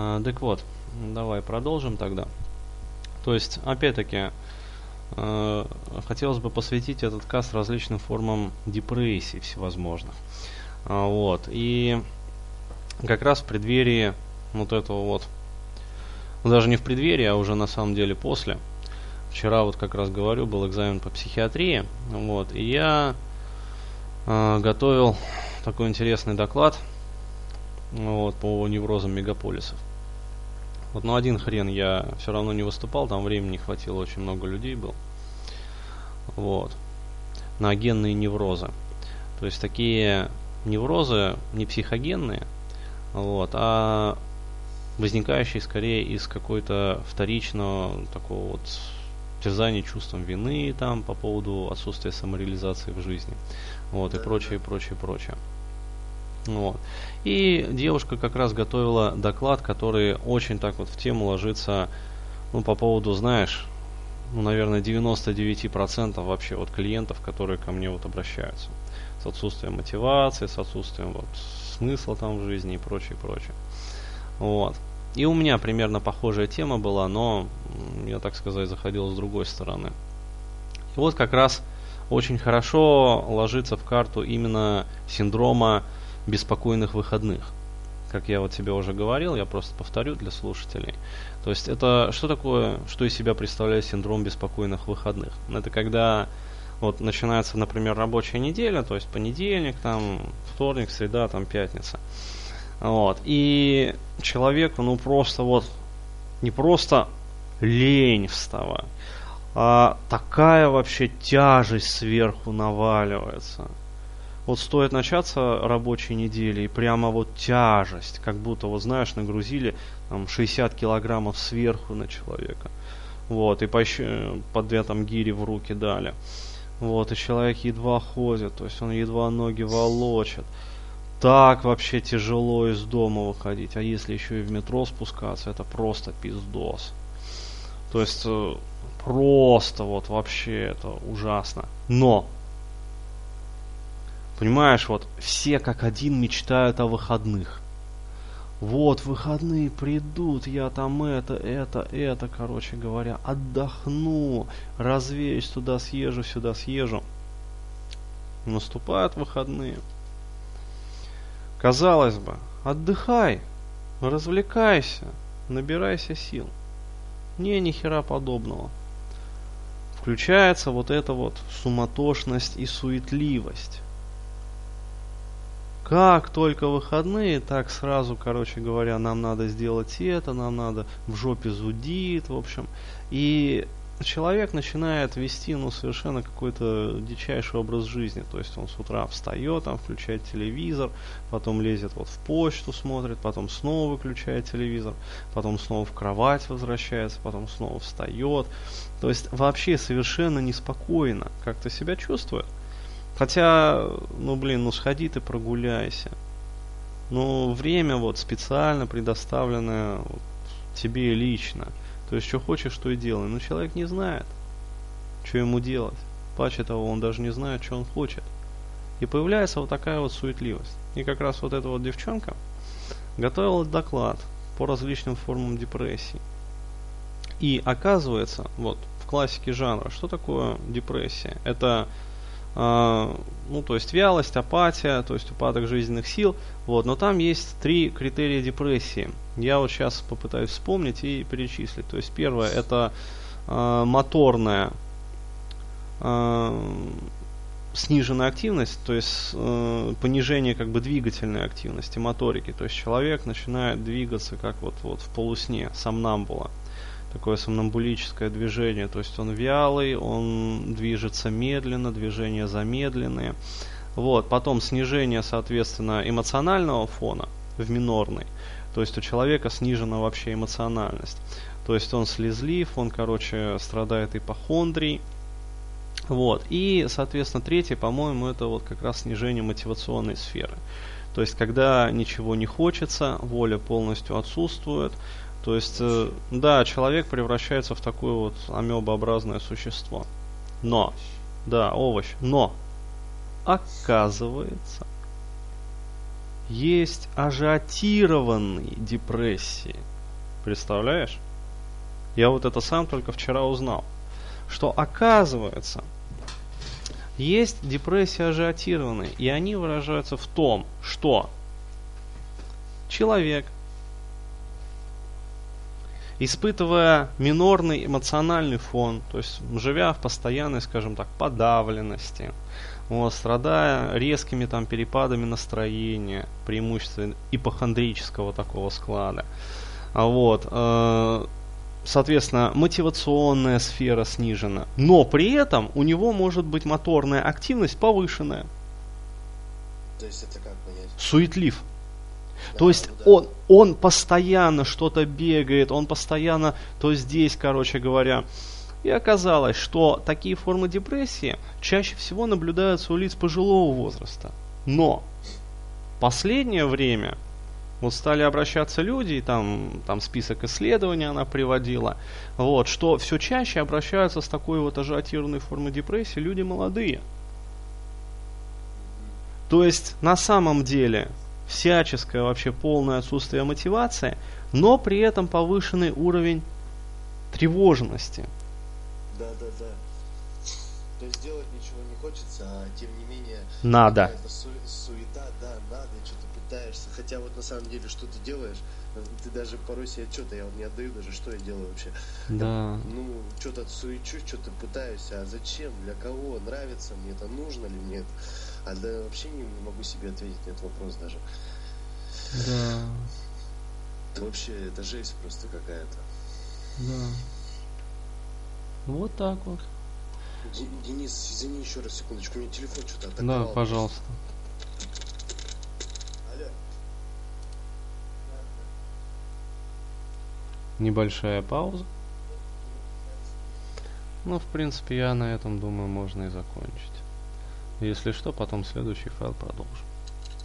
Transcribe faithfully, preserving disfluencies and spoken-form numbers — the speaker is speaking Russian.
А, так вот, давай продолжим тогда. То есть, опять-таки, э, хотелось бы посвятить этот каст различным формам депрессий всевозможных. А, вот. И как раз в преддверии вот этого вот, ну, даже не в преддверии, а уже на самом деле после. Вчера вот как раз говорю, был экзамен по психиатрии, вот, и я э, готовил такой интересный доклад, вот, по неврозам мегаполисов. Вот, но один хрен я все равно не выступал, там времени не хватило, очень много людей было. Вот. На генные неврозы. То есть такие неврозы не психогенные, вот, а возникающие скорее из какой-то вторичного такого вот терзания чувством вины там по поводу отсутствия самореализации в жизни. Вот, и прочее, прочее, прочее. Вот. И девушка как раз готовила доклад, который очень так вот в тему ложится, ну, по поводу, знаешь, ну, наверное, девяносто девять процентов вообще вот клиентов, которые ко мне вот обращаются. С отсутствием мотивации, с отсутствием вот смысла там в жизни и прочее, прочее. Вот. И у меня примерно похожая тема была, но я, так сказать, заходил с другой стороны. И вот как раз очень хорошо ложится в карту именно синдрома беспокойных выходных. Как я вот тебе уже говорил, я просто повторю для слушателей. То есть это что такое, что из себя представляет синдром беспокойных выходных? Это когда вот начинается, например, рабочая неделя, то есть понедельник, там, вторник, среда, там, пятница. Вот. И человеку, ну, просто вот, не просто лень вставать, а такая вообще тяжесть сверху наваливается. Вот стоит начаться рабочей недели, и прямо вот тяжесть, как будто, вот знаешь, нагрузили там шестьдесят килограммов сверху на человека. Вот, и по, по две там гири в руки дали. Вот, и человек едва ходит, то есть он едва ноги волочит. Так вообще тяжело из дома выходить, а если еще и в метро спускаться, это просто пиздос. То есть просто вот вообще это ужасно. Но, понимаешь, вот все как один мечтают о выходных. Вот, выходные придут, я там это, это, это, короче говоря, отдохну, развеюсь, туда съезжу, сюда съезжу. Наступают выходные. Казалось бы, отдыхай, развлекайся, набирайся сил. Не, ни хера подобного. Включается вот эта вот суматошность и суетливость. Как только выходные, так сразу, короче говоря, нам надо сделать это, нам надо, в жопе зудит, в общем. И человек начинает вести, ну, совершенно какой-то дичайший образ жизни. То есть он с утра встает, там, включает телевизор, потом лезет вот в почту, смотрит, потом снова выключает телевизор, потом снова в кровать возвращается, потом снова встает. То есть вообще совершенно неспокойно как-то себя чувствует. Хотя, ну, блин, ну, сходи ты прогуляйся. Ну, время вот специально предоставленное вот тебе лично. То есть, что хочешь, что и делай. Но человек не знает, что ему делать. Паче того, он даже не знает, что он хочет. И появляется вот такая вот суетливость. И как раз вот эта вот девчонка готовила доклад по различным формам депрессии. И оказывается, вот, в классике жанра, что такое депрессия? Это, э, ну, то есть вялость, апатия, то есть упадок жизненных сил. Вот, но там есть три критерия депрессии. Я вот сейчас попытаюсь вспомнить и перечислить. То есть первое, это э, моторная э, сниженная активность, то есть э, понижение как бы двигательной активности, моторики. То есть человек начинает двигаться как вот, вот в полусне, сомнамбула. Такое сомнамбулическое движение. То есть он вялый, он движется медленно, движения замедленные. Вот. Потом снижение, соответственно, эмоционального фона в минорный. То есть у человека снижена вообще эмоциональность. То есть он слезлив, он, короче, страдает ипохондрией. Вот. И, соответственно, третье, по-моему, это вот как раз снижение мотивационной сферы. То есть, когда ничего не хочется, воля полностью отсутствует. То есть, э, да, человек превращается в такое вот амебообразное существо. Но, да, овощ. Но, оказывается, есть ажиотированные депрессии. Представляешь? Я вот это сам только вчера узнал. Что оказывается, есть депрессии ажиотированные, и они выражаются в том, что человек, испытывая минорный эмоциональный фон, то есть живя в постоянной, скажем так, подавленности, вот, страдая резкими там перепадами настроения, преимущественно ипохондрического такого склада, вот, э, соответственно, мотивационная сфера снижена, но при этом у него может быть моторная активность повышенная. То есть это как понять? Суетлив. Да, То есть ну да. он, он постоянно что-то бегает, он постоянно то здесь, короче говоря. И оказалось, что такие формы депрессии чаще всего наблюдаются у лиц пожилого возраста. Но в последнее время вот стали обращаться люди, и там, там список исследований она приводила, вот, что все чаще обращаются с такой вот ажиотированной формой депрессии люди молодые. То есть на самом деле всяческое вообще полное отсутствие мотивации, но при этом повышенный уровень тревожности. Да, да, да. То есть делать ничего не хочется, а тем не менее Надо. какая-то су- суета, да, надо, что-то пытаешься. Хотя вот на самом деле, что ты делаешь, ты даже порой себе что-то, я вот не отдаю даже, что я делаю вообще. Да. Ну, что-то суечу, что-то пытаюсь, а зачем, для кого, нравится мне это, нужно ли мне это. А да вообще не могу себе ответить на этот вопрос даже. Да. Это вообще, это жесть просто какая-то. Да. Вот так вот. Д- Денис, извини еще раз секундочку, у меня телефон что-то Да, атаковал. пожалуйста. Алло. Небольшая пауза. Ну, в принципе, я на этом думаю, можно и закончить. Если что, потом следующий файл продолжим.